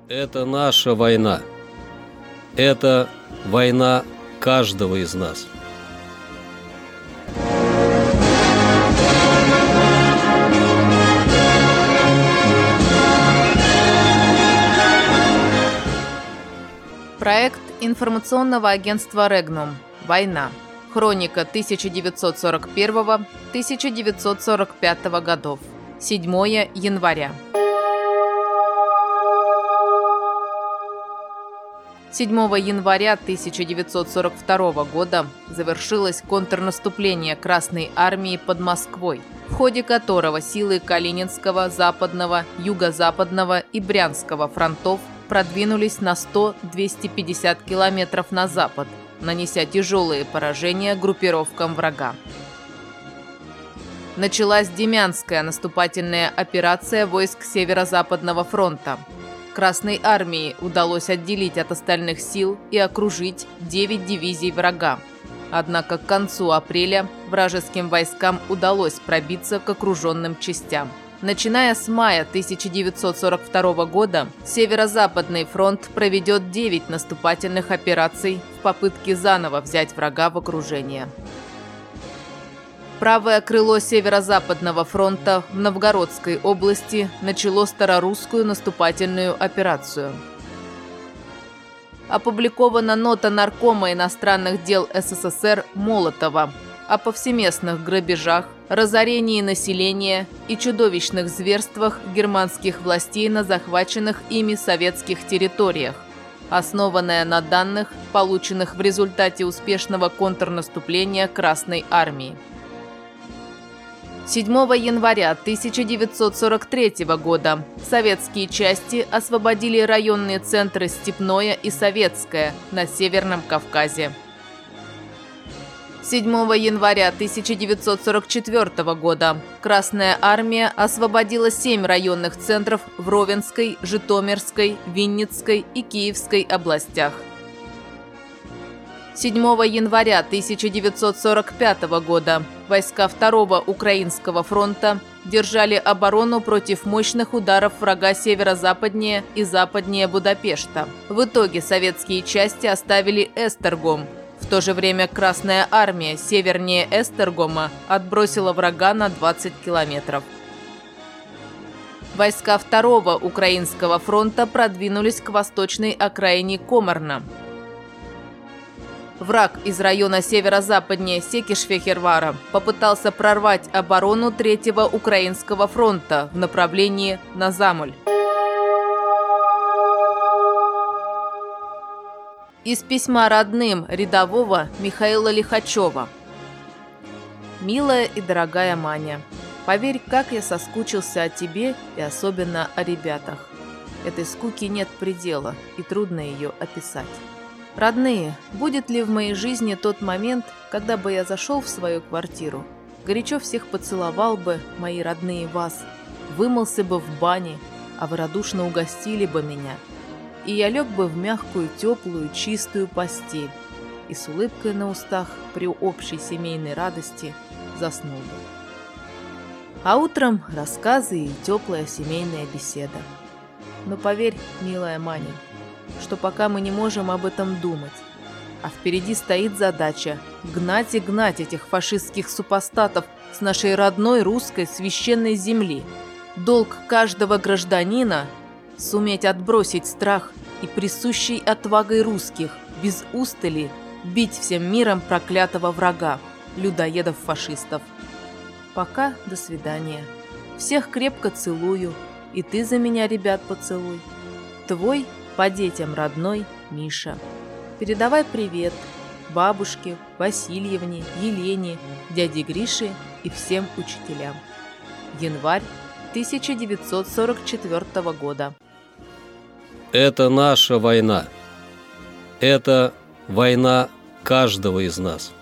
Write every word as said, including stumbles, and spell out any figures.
Это наша война. Это война каждого из нас. Проект информационного агентства «Регнум. Война. Хроника тысяча девятьсот сорок первого — тысяча девятьсот сорок пятого годов. седьмое января. седьмого января тысяча девятьсот сорок второго года завершилось контрнаступление Красной Армии под Москвой, в ходе которого силы Калининского, Западного, Юго-Западного и Брянского фронтов продвинулись на сто — двести пятьдесят километров на запад, нанеся тяжелые поражения группировкам врага. Началась Демянская наступательная операция войск Северо-Западного фронта. Красной армии удалось отделить от остальных сил и окружить девять дивизий врага. Однако к концу апреля вражеским войскам удалось пробиться к окруженным частям. Начиная с мая тысяча девятьсот сорок второго года Северо-Западный фронт проведет девять наступательных операций в попытке заново взять врага в окружение. Правое крыло Северо-Западного фронта в Новгородской области начало Старорусскую наступательную операцию. Опубликована нота Наркома иностранных дел СССР Молотова о повсеместных грабежах, разорении населения и чудовищных зверствах германских властей на захваченных ими советских территориях, основанная на данных, полученных в результате успешного контрнаступления Красной армии. седьмого января тысяча девятьсот сорок третьего года советские части освободили районные центры Степное и Советское на Северном Кавказе. седьмого января тысяча девятьсот сорок четвертого года Красная армия освободила семь районных центров в Ровенской, Житомирской, Винницкой и Киевской областях. седьмого января тысяча девятьсот сорок пятого года войска Второго Украинского фронта держали оборону против мощных ударов врага северо-западнее и западнее Будапешта. В итоге советские части оставили Эстергом. В то же время Красная армия севернее Эстергома отбросила врага на двадцать километров. Войска Второго Украинского фронта продвинулись к восточной окраине Комарна. Враг из района северо-западнее Секиш-Фехервара попытался прорвать оборону Третьего Украинского фронта в направлении на Замоль. Из письма родным рядового Михаила Лихачева. «Милая и дорогая Маня, поверь, как я соскучился о тебе и особенно о ребятах. Этой скуки нет предела, и трудно ее описать. Родные, будет ли в моей жизни тот момент, когда бы я зашел в свою квартиру, горячо всех поцеловал бы, мои родные, вас, вымылся бы в бане, а вы радушно угостили бы меня, и я лег бы в мягкую, теплую, чистую постель и с улыбкой на устах при общей семейной радости заснул бы. А утром рассказы и теплая семейная беседа. Но поверь, милая Маня, что пока мы не можем об этом думать, а впереди стоит задача гнать и гнать этих фашистских супостатов с нашей родной русской священной земли. Долг каждого гражданина – суметь отбросить страх и присущей отвагой русских без устали бить всем миром проклятого врага, людоедов-фашистов. Пока, до свидания. Всех крепко целую, и ты за меня, ребят, поцелуй. Твой по детям родной Миша. Передавай привет бабушке, Васильевне, Елене, дяде Грише и всем учителям. Январь тысяча девятьсот сорок четвертого года. Это наша война. Это война каждого из нас.